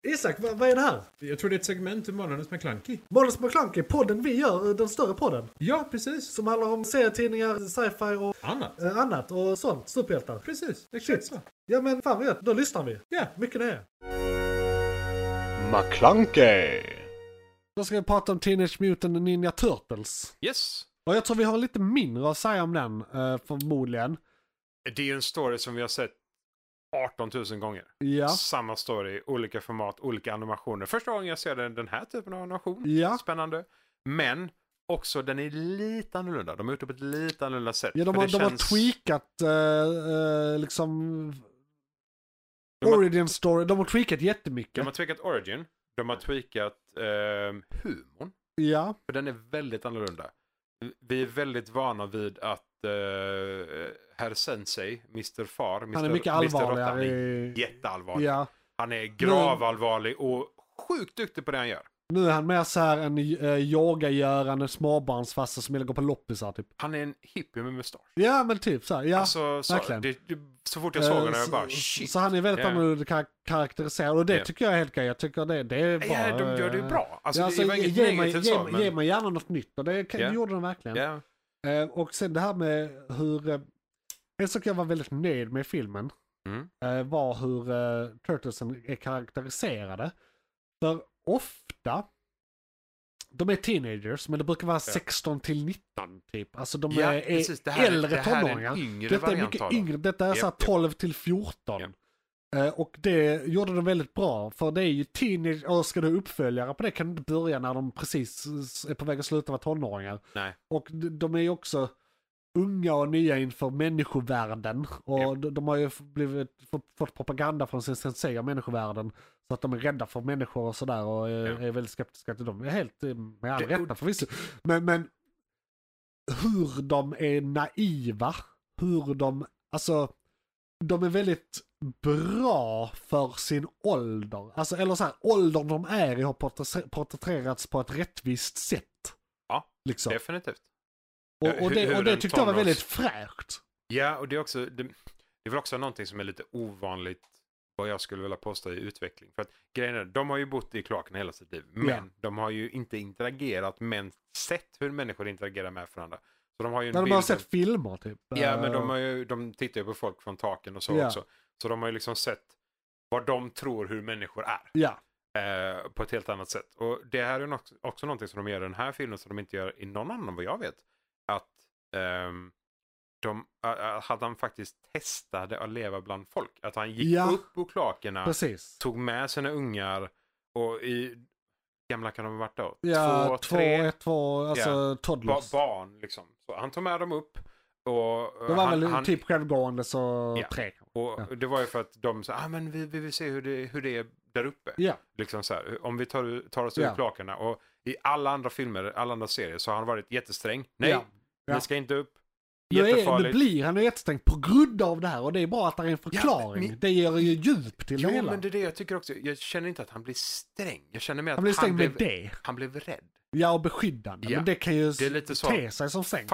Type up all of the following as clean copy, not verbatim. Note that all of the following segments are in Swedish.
Isak, vad är det här? Jag tror det är ett segment ur Månadens McKlunky. Månadens McKlunky, podden vi gör, den större podden. Ja, precis. Som handlar om serietidningar, sci-fi och annat och sånt. Superhjältar. Precis, exakt så. Ja men fan vet, då lyssnar vi. Ja. Mycket det är. McKlunky. Då ska vi prata om Teenage Mutant Ninja Turtles. Yes. Och jag tror vi har lite mindre att säga om den, förmodligen. Det är ju en story som vi har sett 18 000 gånger. Ja. Samma story, olika format, olika animationer. Första gången jag ser den här typen av animation. Ja. Spännande. Men också den är lite annorlunda. De har gjort det på ett lite annorlunda sätt. Ja, de har tweakat liksom origin story. De har tweakat jättemycket. De har tweakat origin. De har tweakat humorn. Ja. För den är väldigt annorlunda. Vi är väldigt vana vid att herr Sensei, Mr. Far, han är mycket allvarligare. Han är jätteallvarlig. Ja. Han är gravallvarlig och sjukt duktig på det han gör. Nu är han mer så här en yogagörande småbarnsfarsa som vill gå på loppisar typ. Han är en hippie med mustasch. Ja men typ så här. Ja, alltså, så fort jag såg honom jag bara shit. Så han är väldigt annorlunda karaktäriserad och det tycker jag är helt grej. Jag tycker det är bra. Ja, de gör det bra. Alltså, ja, det var inget negativt så. Ge mig gärna något nytt och det gjorde de verkligen. Yeah. Och sen det här med hur en sak jag var väldigt nöjd med i filmen var hur Turtlesen är karaktäriserade. För ofta de är teenagers, men det brukar vara 16 till 19 typ. Alltså de är äldre tonåringar. Detta är mycket yngre. Detta är så 12 till 14. Och det gjorde de väldigt bra. För det är ju teenage, och ska du uppföljare på det kan du inte börja när de precis är på väg att sluta vara tonåringar. Nej. Och de är ju också unga och nya inför människovärlden. Och de har ju fått propaganda från sin sensei om människovärlden. Så att de är rädda för människor och sådär och är väldigt skeptiska till dem. Det är helt med all rätta förvisso. Men hur de är naiva, hur de är väldigt bra för sin ålder. Alltså, eller så här, åldern de är i har porträtterats på ett rättvist sätt. Ja, liksom. Definitivt. Och det tyckte jag var väldigt fräscht. Ja, och det är också det är väl också någonting som är lite ovanligt vad jag skulle vilja påstå i utveckling. För att grejen är, de har ju bott i kloakerna hela sitt liv. Men de har ju inte interagerat, men sett hur människor interagerar med varandra. Så de har ju de har sett filmer typ. Ja, men de tittar ju på folk från taken och så också. Så de har ju liksom sett vad de tror hur människor är. Ja. På ett helt annat sätt. Och det här är också någonting som de gör i den här filmen som de inte gör i någon annan vad jag vet. Att att han faktiskt testade att leva bland folk. Att han gick upp på kloakerna, tog med sina ungar och gamla kan de ha varit då? Ja, två alltså toddlers. Barn liksom. Så han tog med dem upp. Och det var väl typ självgående så 3. Och det var ju för att de sa, men vi vill se hur det är där uppe. Ja. Liksom så här, om vi tar oss ur kloakerna. Och i alla andra filmer, alla andra serier så har han varit jättesträng. Nej, ni ska inte upp. Nu blir han jättesträng på grund av det här och det är bara att det är en förklaring. Det ger ju djup till det hela. Men det är det jag tycker också. Jag känner inte att han blir sträng. Jag känner mer att han blev rädd. Ja, och beskyddande. Men det kan ju te sig som sträng.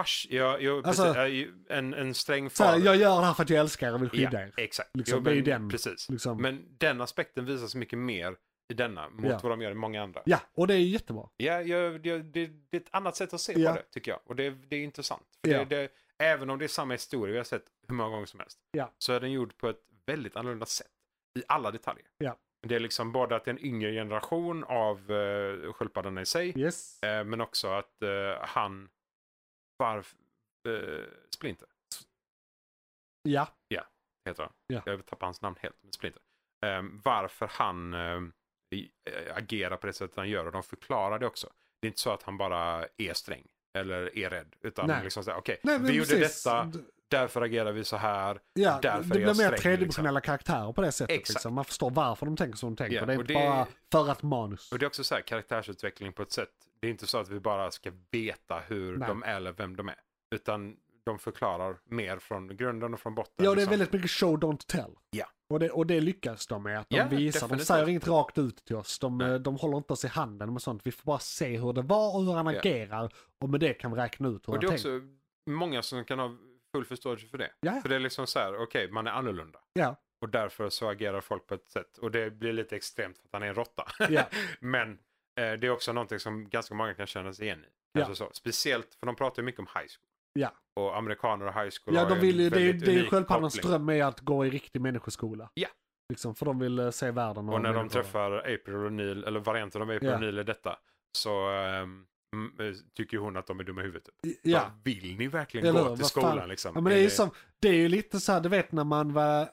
En sträng far. Jag gör det här för att jag älskar och vill skydda er. Exakt. Liksom, det är den. Precis. Liksom. Men den aspekten visas mycket mer i denna mot vad de gör i många andra. Ja, och det är jättebra. Ja, det är ett annat sätt att se på det, tycker jag. Och det är intressant. För även om det är samma historia vi har sett hur många gånger som helst. Så är den gjord på ett väldigt annorlunda sätt. I alla detaljer. Ja. Det är liksom både att det är en yngre generation av sköldpaddarna i sig. Yes. Men också att han var Splinter. Ja. Ja, heter han. Ja. Jag tappar hans namn helt. Men Splinter. Varför han agerar på det sättet han gör. Och de förklarar det också. Det är inte så att han bara är sträng. Eller är rädd. Utan liksom såhär, okej, vi gjorde detta. Därför agerar vi så här. Ja, det blir mer tredimensionella karaktärer på det sättet. Liksom. Man förstår varför de tänker som de tänker. Det är inte bara för att manus. Och det är också så här, karaktärsutveckling på ett sätt. Det är inte så att vi bara ska veta hur de är eller vem de är. Utan de förklarar mer från grunden och från botten. Ja, det är väldigt mycket show, don't tell. Ja. Och det lyckas de med. Att de visar. Definitivt. De säger inget rakt ut till oss. De håller inte oss i handen med sånt. Vi får bara se hur det var och hur han agerar. Och med det kan vi räkna ut hur han tänker. Och det är också många som kan ha full förståelse för det. Ja. För det är liksom så här, okej, man är annorlunda. Ja. Och därför så agerar folk på ett sätt. Och det blir lite extremt för att han är en råtta. Ja. Men det är också någonting som ganska många kan känna sig igen i. Ja. Så. Speciellt, för de pratar ju mycket om high school. Ja. Och amerikaner och high school Ja, har det är ju sköldpaddans koppling. dröm är att gå i riktig människoskola. Ja. Liksom, för de vill se världen. Och när de träffar April O'Neil, eller varianten av April O'Neil i detta, så tycker hon att de är dumma i huvudet. Ja. Vill ni verkligen gå till skolan liksom? Ja, men det är ju lite så här, du vet när man var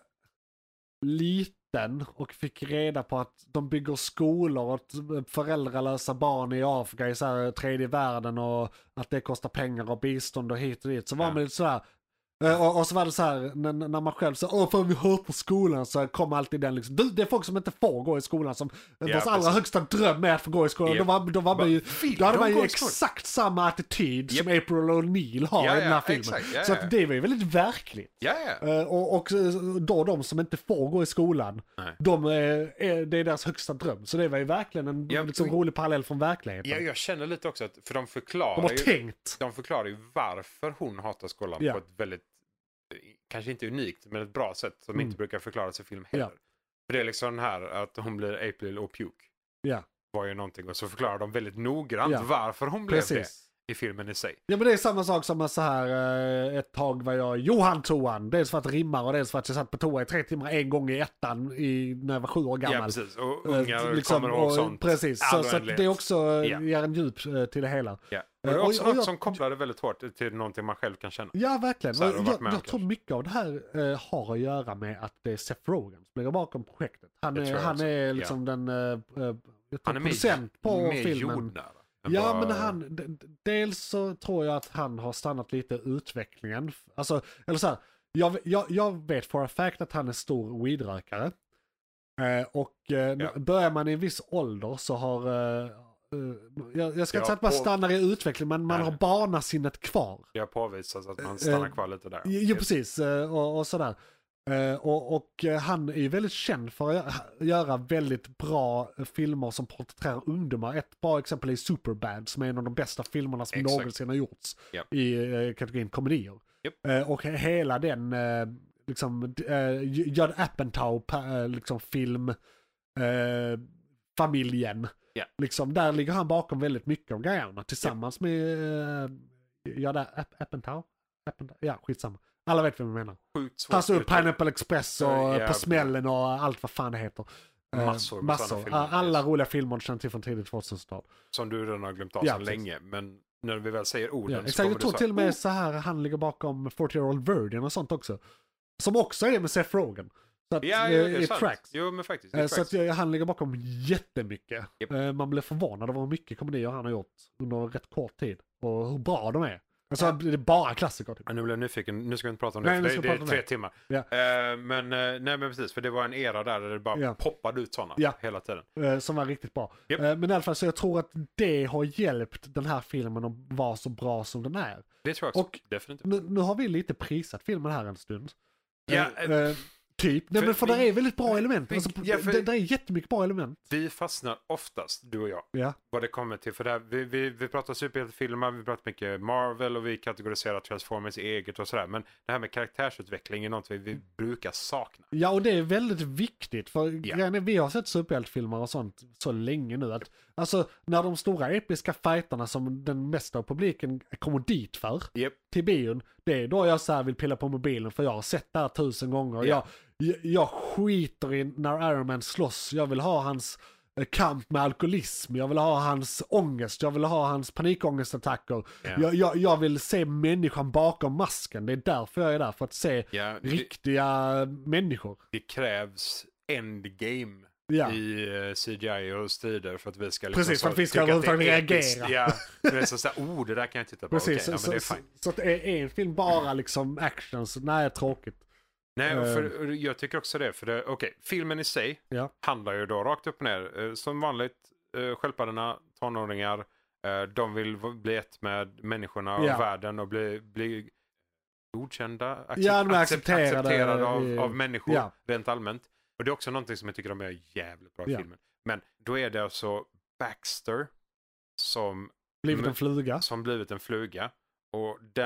liten och fick reda på att de bygger skolor åt föräldralösa barn i Afrika i så här tredje världen och att det kostar pengar och bistånd och hit och dit. Så var man lite så här. Och så var det så här, när man själv sa för vi hör på skolan, så kom alltid den liksom, det är folk som inte får gå i skolan, som vars allra högsta dröm är att få gå i skolan. Då hade man ju exakt samma attityd som April O'Neil har i den här filmen. Exakt, så att det var ju väldigt verkligt. Och då de som inte får gå i skolan, det är deras högsta dröm. Så det var ju verkligen en liksom rolig parallell från verkligheten. Ja, jag känner lite också att, för de förklarar de förklarar ju varför hon hatar skolan på ett väldigt, kanske inte unikt, men ett bra sätt som inte brukar förklaras i film heller. För det är liksom den här att hon blir April och Puke. Var ju någonting, och så förklarar de väldigt noggrant varför hon blev det i filmen i sig. Ja, men det är samma sak som att så här ett tag var jag Johan toan. Dels för att rimmar och dels för att jag satt på toa i 3 timmar en gång i ettan när jag var 7 år gammal. Ja, precis. Och ungar liksom, kommer ihåg sånt. Precis, så det också ger en djup till det hela. Ja. Och det är också något som kopplar det väldigt hårt till någonting man själv kan känna. Ja, verkligen. Jag tror mycket av det här har att göra med att det är Seth Rogen som ligger bakom projektet. Han är liksom den producent på filmen. Jordnära. Ja, men dels så tror jag att han har stannat lite i utvecklingen. Alltså, eller så här, jag vet for a fact att han är stor weedrökare. Börjar man i en viss ålder så har... jag ska inte säga att man stannar i utveckling, men man har barnasinnet kvar. Det har påvisats att man stannar kvar lite där. Jo, precis. Och sådär. Och han är ju väldigt känd för att göra väldigt bra filmer som porträtterar ungdomar. Ett bra exempel är Superbad, som är en av de bästa filmerna som någonsin har gjorts i kategorin komedier. Och hela den liksom Judd Apatow liksom film familjen. Liksom, där ligger han bakom väldigt mycket av grejerna tillsammans med Judd Apatow. Ja, skitsamma. Alla vet vad vi menar. Han står upp Pineapple Express och På smällen och allt vad fan det heter. Massor. Alla roliga filmer känner till från tidigt 2000-tal. Som du redan har glömt av så länge. Men när vi väl säger orden så jag tror till och med så här, han ligger bakom 40-year-old Virgin och sånt också. Som också är med Seth Rogen. Så att, i tracks. Jo, men faktiskt. Så att han ligger bakom jättemycket. Man blir förvånad över hur mycket komedier han har gjort under rätt kort tid. Och hur bra de är. Alltså det är bara klassiker. Typ. Nu blev jag nyfiken. Nu ska vi inte prata om det. Det är 3 timmar. Men precis. För det var en era där det bara poppade ut sådana hela tiden. Som var riktigt bra. Men i alla fall så jag tror att det har hjälpt den här filmen att vara så bra som den är. Det tror jag också. Och definitivt. Nu har vi lite prisat filmen här en stund. Typ. Nej, men för det är väldigt bra element. Alltså, det är jättemycket bra element. Vi fastnar oftast, du och jag, vad det kommer till. För det här, vi pratar superhjältefilmer, vi pratar mycket Marvel och vi kategoriserar Transformers i eget och sådär. Men det här med karaktärsutveckling är något vi brukar sakna. Ja, och det är väldigt viktigt. För vi har sett superhjältefilmer och sånt så länge nu. Att, alltså, när de stora episka fighterna som den mesta av publiken kommer dit för, till bion, det är då jag så här vill pilla på mobilen, för jag har sett det här 1000 gånger. Jag skiter i när Iron Man slåss. Jag vill ha hans kamp med alkoholism. Jag vill ha hans ångest. Jag vill ha hans panikångestattacker. Jag vill se människan bakom masken. Det är därför jag är där. För att se riktiga människor. Det krävs endgame i CGI och strider för att vi ska liksom, precis, för att vi ska överhuvudtaget reagera. Det är så här, det där kan jag titta på. Precis, men det är fine. Så att är en film bara liksom actions, nej, tråkigt. Nej, för jag tycker också det. För filmen i sig handlar ju då rakt upp och ner. Som vanligt, sköldpaddorna, tonåringar, de vill bli ett med människorna och världen och bli godkända, accepterade av människor rent allmänt. Och det är också någonting som jag tycker de är jävligt bra i filmen. Men då är det alltså Baxter som blivit en fluga. Som blivit en fluga. Och den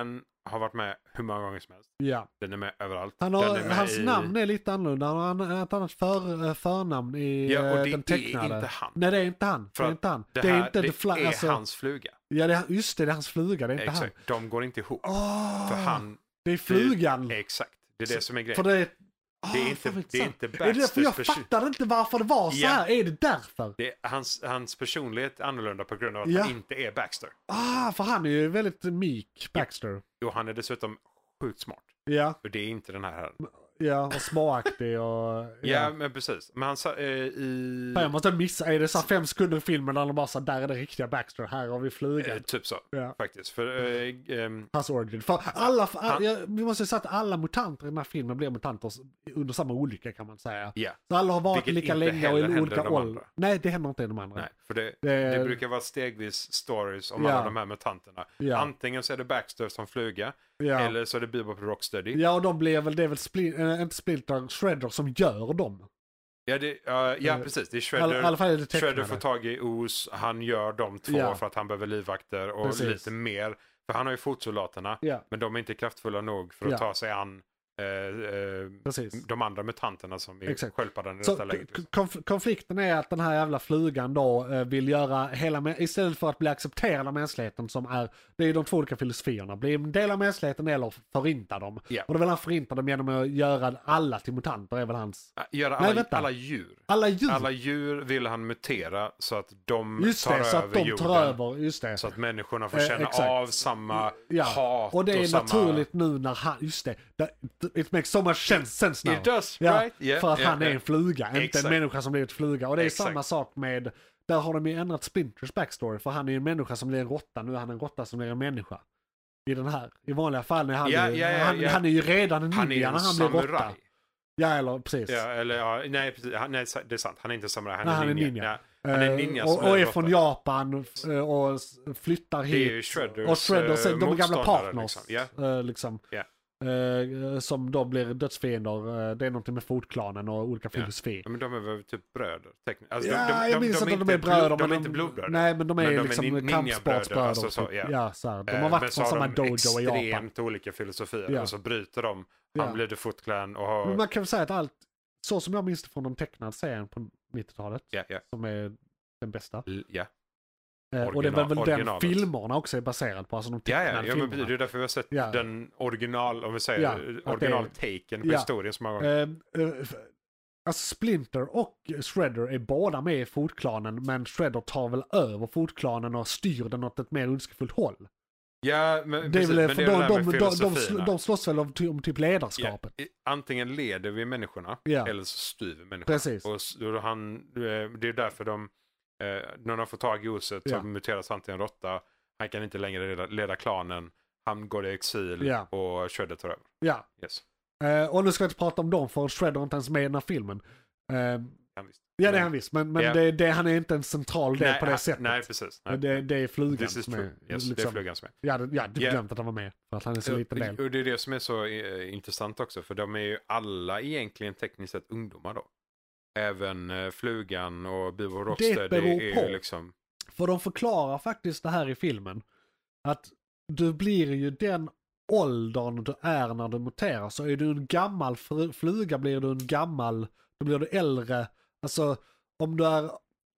har varit med hur många gånger som helst. Ja. Den är med överallt. Hans namn är lite annorlunda. Han har ett annat förnamn i och det den tecknade. är inte han. Nej, det är inte han. För det är inte han. Det är hans fluga. Ja, det är hans fluga. Det är inte exakt. han. De går inte ihop. För han... Det är flugan. Exakt. Det är det som är grejen. För det är inte Baxters jag fattade inte varför det var så här. Är det därför? Det är hans personlighet är annorlunda på grund av att han inte är Baxter. För han är ju väldigt meek, Baxter. Och han är dessutom sjukt smart. Ja. Och det är inte den här. Ja, och småaktig och... Ja, men precis. Men han sa jag måste missa, är det så 5 sekunder i filmen där de bara så där är det riktiga Baxter, här har vi flugan. Typ så, faktiskt. Hans origin. För vi måste säga att alla mutanter i den här filmen blir mutanter under samma olycka kan man säga. Yeah. Så alla har varit lika länge och i olika åldrar. Nej, det händer inte i de andra. Nej, för det brukar vara stegvis stories om alla de här mutanterna. Ja. Antingen så är det Baxter som fluga, eller så är det Bebop och Rocksteady. Ja, och de blir väl, det är väl inte Splinter, Shredder som gör dem. Ja, precis. Det är Shredder. Det Shredder får tag i Os, han gör de två för att han behöver livvakter och lite mer. För han har ju fotsoldaterna, men de är inte kraftfulla nog för att ta sig an de andra mutanterna som är sköldpaddan i detta läget. Konflikten är att den här jävla flugan då vill göra istället för att bli accepterad av mänskligheten som är, det är de två olika filosofierna, bli en del av mänskligheten eller förinta dem. Yeah. Och då vill han förinta dem genom att göra alla till mutanter, är väl hans... alla djur. Alla djur vill han mutera så att de tar över jorden. Så att människorna får känna av samma hat och det är naturligt nu när han, it makes so much sense now. It does, right? Yeah, för att han är en fluga, inte en människa som blivit fluga. Och det är samma sak med, där har de ju ändrat Splinters backstory, för han är ju en människa som blir en råtta, nu är han en råtta som blir en människa. I den här, i vanliga fall är han är ju redan en ninja när han blir råtta. Ja, eller precis. Ja, eller nej, precis. Nej, det är sant. Han är inte samurai, han är ninja. Ja. Han är ninja och är från Japan och flyttar hit. Det är Shredders, och Shredders de är gamla partners. Liksom. Som då blir dödsfiender. Det är någonting med fotklanen och olika filosofi. Ja, men de är väl typ bröder. Alltså, jag minns inte om de är bröder. De är inte blodbröder. Nej, men de är liksom kampsportsbröder. Alltså, de har varit från samma dojo i Japan. Extremt olika filosofier. Och så bryter de. Han blir The Foot Clan och har... Men man kan väl säga att allt, så som jag minns det från de tecknade serien på 90-talet, som är den bästa. Och det är väl den filmerna också är baserad på, alltså de tecknade filmerna. Men det är därför vi har sett den original, om vi säger original-taken på historien så många gånger. Alltså Splinter och Shredder är båda med i Fotklanen, men Shredder tar väl över Fotklanen och styr den åt ett mer ondskefullt håll. Ja, men det är väl, men för det är de slåss väl om typ ledarskapet. Antingen leder vi människorna eller så styr vi människorna. Precis. Och det är därför när de får tag i oset så muteras han till en råtta. Han kan inte längre leda klanen. Han går i exil och Shredder tar över. Ja. Yes. Och nu ska jag inte prata om dem, för Shredder är inte ens med i den här filmen. Ja, det är han visst. Men han är inte en central del på det sättet. Nej, precis. Nej. Det är flugan som är... Yes, liksom, det är flugan som är. Ja, du glömt att han var med. För att han är så liten del. Och det är det som är så intressant också. För de är ju alla egentligen tekniskt sett ungdomar då. Även flugan och Bebop och Rocksteady. Det beror på. Liksom... För de förklarar faktiskt det här i filmen. Att du blir ju den åldern du är när du muterar. Så är du en gammal fluga blir du en gammal... Då blir du äldre. Alltså om du är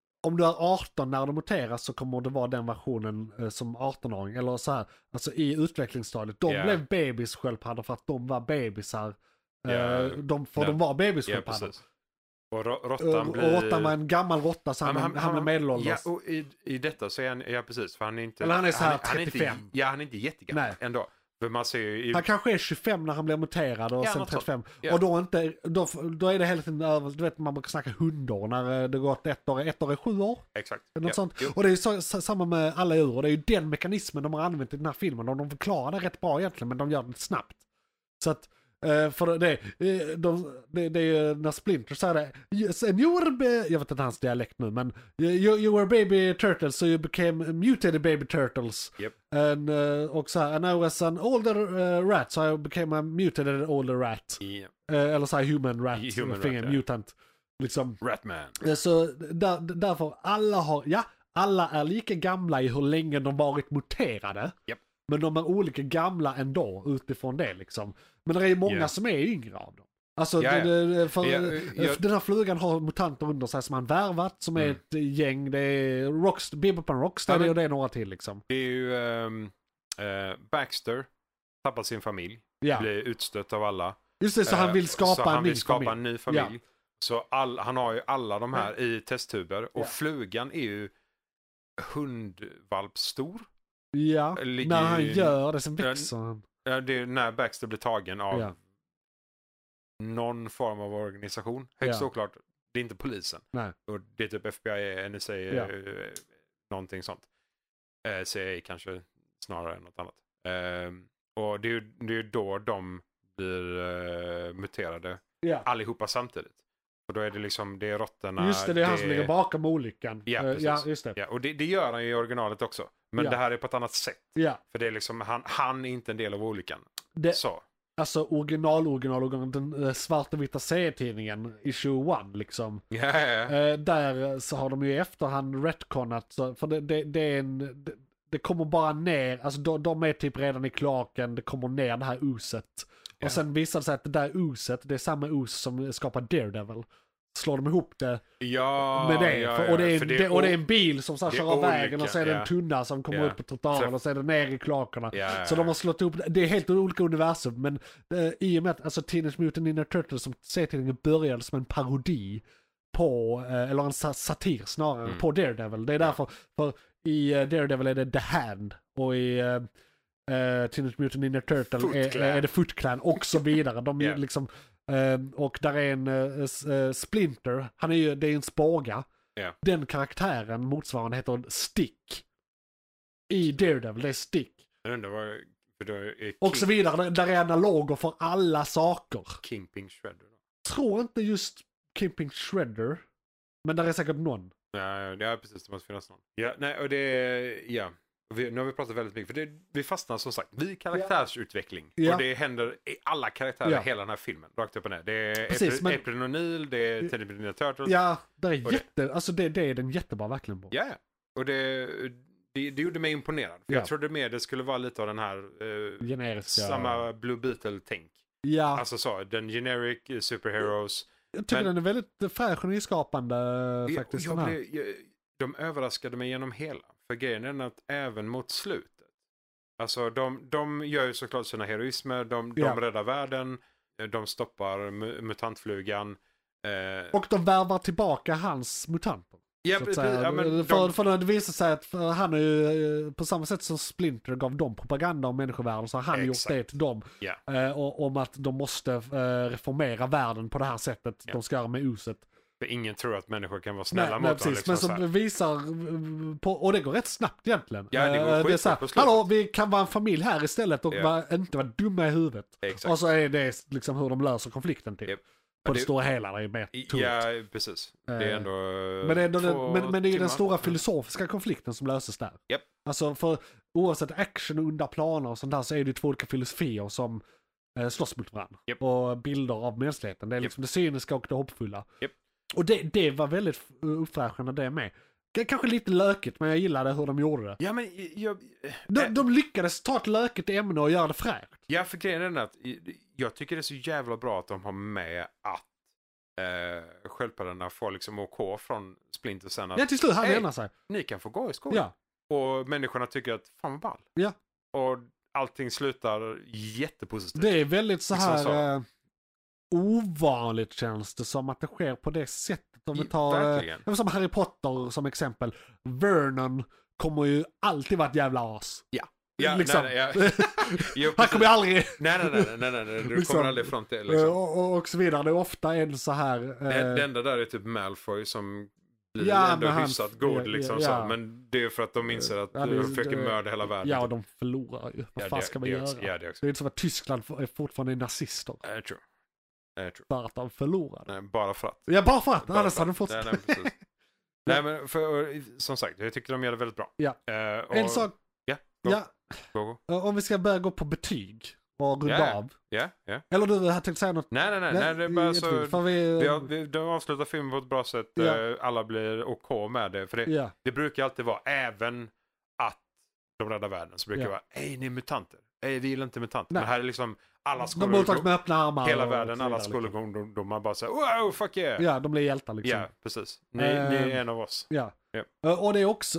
18 när du muteras så kommer det vara den versionen som 18-åring. Eller så här, alltså i utvecklingsstadiet. De blev bebissköldpaddor för att de var bebisar. De var bebissköldpaddor. Och råttan var en gammal råtta så han blev medelålders. Ja, och i detta så är han, precis, för han är inte... Eller han är så här 35. Han är inte jättegammal ändå. För man ser ju han kanske är 25 när han blir muterad och sen 35. Och då är det hela tiden över, du vet man brukar snacka 100 när det går ett år är 7 år. Exakt. Något sånt. Och det är samma med alla djur och det är ju den mekanismen de har använt i den här filmen och de förklarar det rätt bra egentligen men de gör det snabbt. Så att för det är när Splinter säger det, jag vet inte hans dialekt nu, men you were baby turtles so you became mutated baby turtles. Yep. And och så här, and I was an older rat so I became a mutated older rat. Yep. Eller så här human rat, mutant. Liksom. Ratman. Så därför alla är lika gamla i hur länge de varit muterade. Yep. Men de är olika gamla ändå utifrån det liksom. Men det är många som är yngre av dem. Alltså den här flugan har mutanter under sig som han värvat, som är ett gäng. Det är Bebop and Rocksteady och det är några till liksom. Det är ju Baxter tappar sin familj, blir utstött av alla. Just det, så han vill skapa en ny familj. Ja. Så han har ju alla de här i testtuber. Och flugan är ju hundvalpstor. Ja, när han gör det sen växer han. Ja, det är när Baxter blir tagen av någon form av organisation. Högst såklart, det är inte polisen. Nej. Och det är typ FBI, NSA, någonting sånt. CIA kanske snarare än något annat. Och det är ju då de blir muterade allihopa samtidigt. Och då är det liksom, det är råttorna. Just det är han som ligger bakom olyckan. Ja, precis. Just det. Ja, och det gör han ju i originalet också. Men det här är på ett annat sätt. Ja. För det är liksom, han är inte en del av olyckan. Så. Alltså original den svarta vita serietidningen issue 1 liksom. Där så har de ju i efterhand retconat, för det är det kommer bara ner, alltså de är typ redan i klaken, det kommer ner det här oset. Och sen visar det sig att det där oset, det är samma os som skapar Daredevil. Slår de ihop det med det. Och det är en bil som så kör av vägen och så är det en tunna som kommer upp på trottoaren och så är det ner i klakorna. Så de har slått ihop det. Det är helt olika universum, men i och med att alltså, Teenage Mutant Ninja Turtles som serietidningen började som en parodi på, eller en satir snarare, på Daredevil. Det är därför, för i Daredevil är det The Hand och i Teenage Mutant Ninja Turtle är det Foot Clan och så vidare. De liksom, och där är en Splinter, det är en spåga. Den karaktären motsvarande heter Stick. I Daredevil, det är Stick. Och så vidare, där är analoger för alla saker. Kingpin Shredder då? Tror inte just Kingpin Shredder, men där är säkert någon. Ja, precis, det måste finnas någon. Nu har vi pratat väldigt mycket, för vi fastnar som sagt vid karaktärsutveckling. Och det händer i alla karaktärer i hela den här filmen, rakt upp och ner. Det är April O'Neil, det är Teenage Mutant Ninja Turtles. Ja, det är alltså det är den jättebra verkligen på. Ja, och det gjorde mig imponerad. För jag trodde mer det skulle vara lite av den här generiska, samma Blue Beetle-tänk. Ja. Alltså så, den generic superheroes. Jag tycker den är väldigt färgskapande faktiskt. De överraskade mig genom hela. För grejen är att även mot slutet. Alltså de gör ju såklart sina heroismer. De räddar världen. De stoppar mutantflugan. Och de värvar tillbaka hans mutanter. Ja, precis. För det visar sig att han är ju, på samma sätt som Splinter gav dem propaganda om människovärlden, så har han gjort det till dem. Om att de måste reformera världen på det här sättet. De ska göra med oset. För ingen tror att människor kan vara snälla mot dem. Liksom, men som visar på, och det går rätt snabbt egentligen. Ja, det går skit på slutet. Hallå, vi kan vara en familj här istället och inte vara dumma i huvudet. Exakt. Och så är det liksom hur de löser konflikten till. På det stora hela, det är mer tungt. Ja, precis. Det är ändå men det är den stora filosofiska konflikten som löses där. Alltså, för oavsett action och onda planer och sånt där, så är det två olika filosofier som slåss mot varandra. Och bilder av mänskligheten. Det är liksom det cyniska och det hoppfulla. Och det var väldigt uppfräschande det med. Kanske lite lökigt, men jag gillade hur de gjorde det. Ja, men de lyckades ta ett lökigt ämne och göra det fräscht. Ja, för grejen är att jag tycker det är så jävla bra att de har med att sköldpaddorna får liksom OK från Splinter sen. Att, till slut han ändrar sig. Ni kan få gå i skolan. Och människorna tycker att fan vad ball. Och allting slutar jättepositivt. Det är väldigt så här ovanligt, känns det som att det sker på det sättet. Om vi tar som Harry Potter som exempel. Vernon kommer ju alltid vara ett jävla as. Liksom. Han kommer aldrig... Nej. Du kommer aldrig ifrån det. Liksom. Och så vidare. Det är ofta en så här... Det enda där är typ Malfoy som blir ändå hyfsat god. Liksom, så. Men det är för att de inser att de försöker mörda hela världen. Ja, och de förlorar ju. Vad fan ska man göra? Det är inte som att Tyskland är fortfarande nazister. Jag tror. För att de förlorade. Nej, bara för att. Ja, bara för att. Annars hade de fått... Nej, men som sagt, jag tycker de gör det väldigt bra. En sak... Go. Om vi ska börja gå på betyg och runda av. Eller du har tänkt säga något? Nej, det är bara så... De avslutar filmen på ett bra sätt. Alla blir OK med det. För det brukar alltid vara, även att de räddar världen så brukar det vara, ni är mutanter. Vi gillar inte mutanter. Men här är liksom alla skolor. De mottas med öppna armar. Hela världen, alla skolungdomar bara såhär, wow, fuck yeah. Ja, de blir hjältar liksom. Ja, precis. Ni är en av oss. Ja. Och det är också,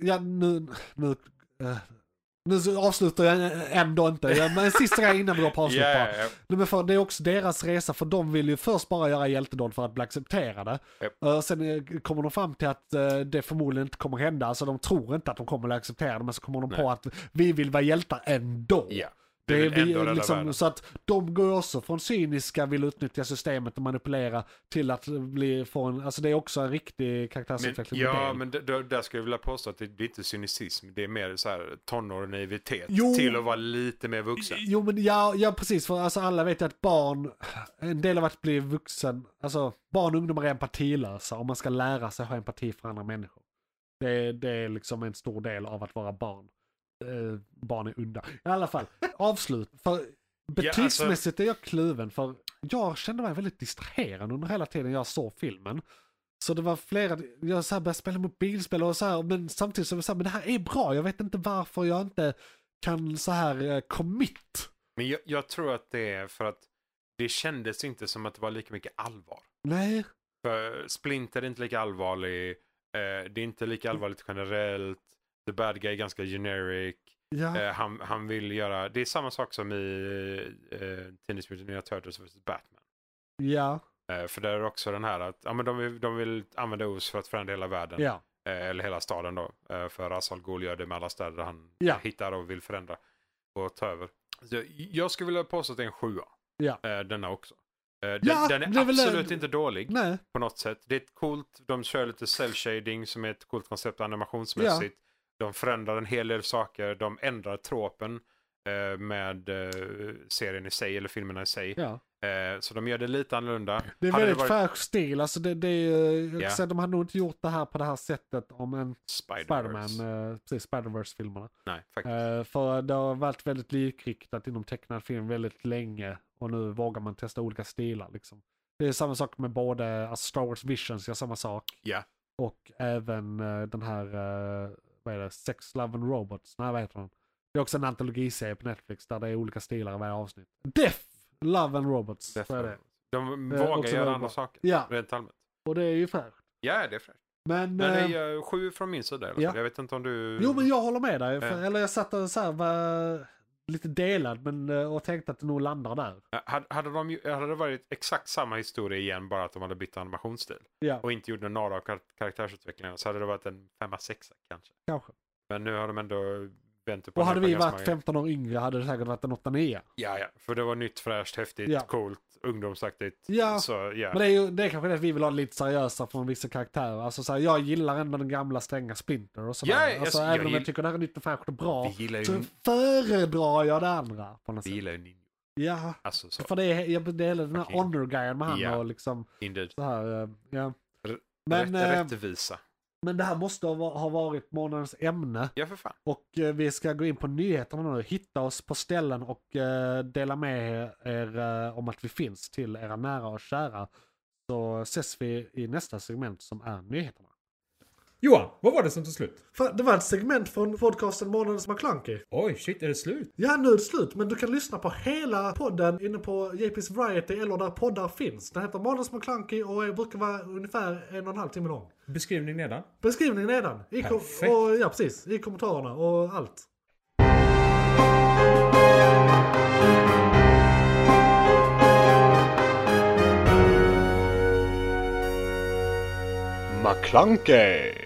nu avslutar jag ändå inte. Men sista gången innan vi går på avslut Men för det är också deras resa. För de vill ju först bara göra hjältedåd för att bli accepterade. Sen kommer de fram till att det förmodligen inte kommer hända. Alltså de tror inte att de kommer att bli accepterade. Men så kommer de på att vi vill vara hjältar ändå. Det är liksom, så att de går också från cyniska, vill utnyttja systemet och manipulera till att alltså det är också en riktig karaktärsutveckling. Men där skulle jag vilja påstå att det är inte cynicism, det är mer så här tonår och naivitet till att vara lite mer vuxen. Jo men precis, för alltså alla vet ju att en del av att bli vuxen, alltså barn och ungdomar är empatilösa och man ska lära sig ha empati för andra människor. Det är liksom en stor del av att vara barn. Barn är udda. I alla fall, avslut. För betygsmässigt är jag kluven. För jag kände mig väldigt distraherad under hela tiden jag såg filmen. Så det var jag så här började spela mobilspel och så här, men samtidigt så var det så här, men det här är bra. Jag vet inte varför jag inte kan så här commit. Men jag tror att det är för att det kändes inte som att det var lika mycket allvar. Nej. För Splinter är inte lika allvarlig. Det är inte lika allvarligt generellt. The bad guy är ganska generic. Han vill göra... Det är samma sak som i Teenage Mutant Ninja Turtles vs. Batman. Ja. För det är också den här att de vill använda OS för att förändra hela världen. Ja. Eller hela staden då. För Ra's al Ghul gör det med alla städer där han hittar och vill förändra och ta över. Så jag skulle vilja påstå att det är en 7. Denna också. Den är absolut inte dålig på något sätt. Det är ett coolt, de kör lite cell shading som är ett coolt koncept animationsmässigt. De förändrar en hel del saker. De ändrar tropen med serien i sig eller filmerna i sig. Så de gör det lite annorlunda. Det är väldigt färsk stil. Alltså de hade nog inte gjort det här på det här sättet om en Spider-Man, precis, Spider-Verse-filmerna. Nej, faktiskt. För det har varit väldigt likriktat inom tecknad film väldigt länge. Och nu vågar man testa olika stilar liksom. Det är samma sak med både Star Wars Visions gör samma sak. Och även den här vad är det? Sex, Love and Robots. Nej, vad heter den? Det är också en antologiserie på Netflix där det är olika stilar i varje avsnitt. Death, Love and Robots. Så är det. De vågar göra andra saker. Rent allmänt. Och det är ju fräscht. Ja, det är fräscht. Men det är 7 från min sida. Jag vet inte om du... Jo, men jag håller med dig. Eller jag satt och så här var lite delad och tänkte att det nog landar där. Hade det varit exakt samma historia igen, bara att de hade bytt animationsstil och inte gjort några karaktärsutvecklingar, så hade det varit en 5-6 kanske. Men nu har de ändå vänt på. Och hade vi varit 15 år yngre hade det säkert varit en 8-9. Ja, för det var nytt, fräscht, häftigt, coolt, ungdomsaktigt. Men det är kanske det att vi vill ha lite seriösa från vissa karaktärer. Alltså så här, jag gillar ändå den gamla stränga Splinter och sådär. Alltså även om jag tycker det här är nytt och fräscht och bra, så föredrar jag det andra på något sätt. Vi gillar ju Ninja. Ja, alltså, så. För det är den här honor-grejen med han och liksom så här, rättvisa. Men det här måste ha varit månadens ämne. Ja, för fan. Och vi ska gå in på nyheterna nu. Hitta oss på ställen och dela med er om att vi finns till era nära och kära. Så ses vi i nästa segment som är nyheterna. Johan, vad var det som tog slut? Det var ett segment från podcasten Månadens McKlunky. Oj, shit, är det slut? Ja, nu är det slut. Men du kan lyssna på hela podden inne på JP's Variety eller där poddar finns. Den heter Månadens McKlunky och brukar vara ungefär 1,5 timme lång. Beskrivning nedan? Beskrivning nedan. Ja, precis. I kommentarerna och allt. McKlunky.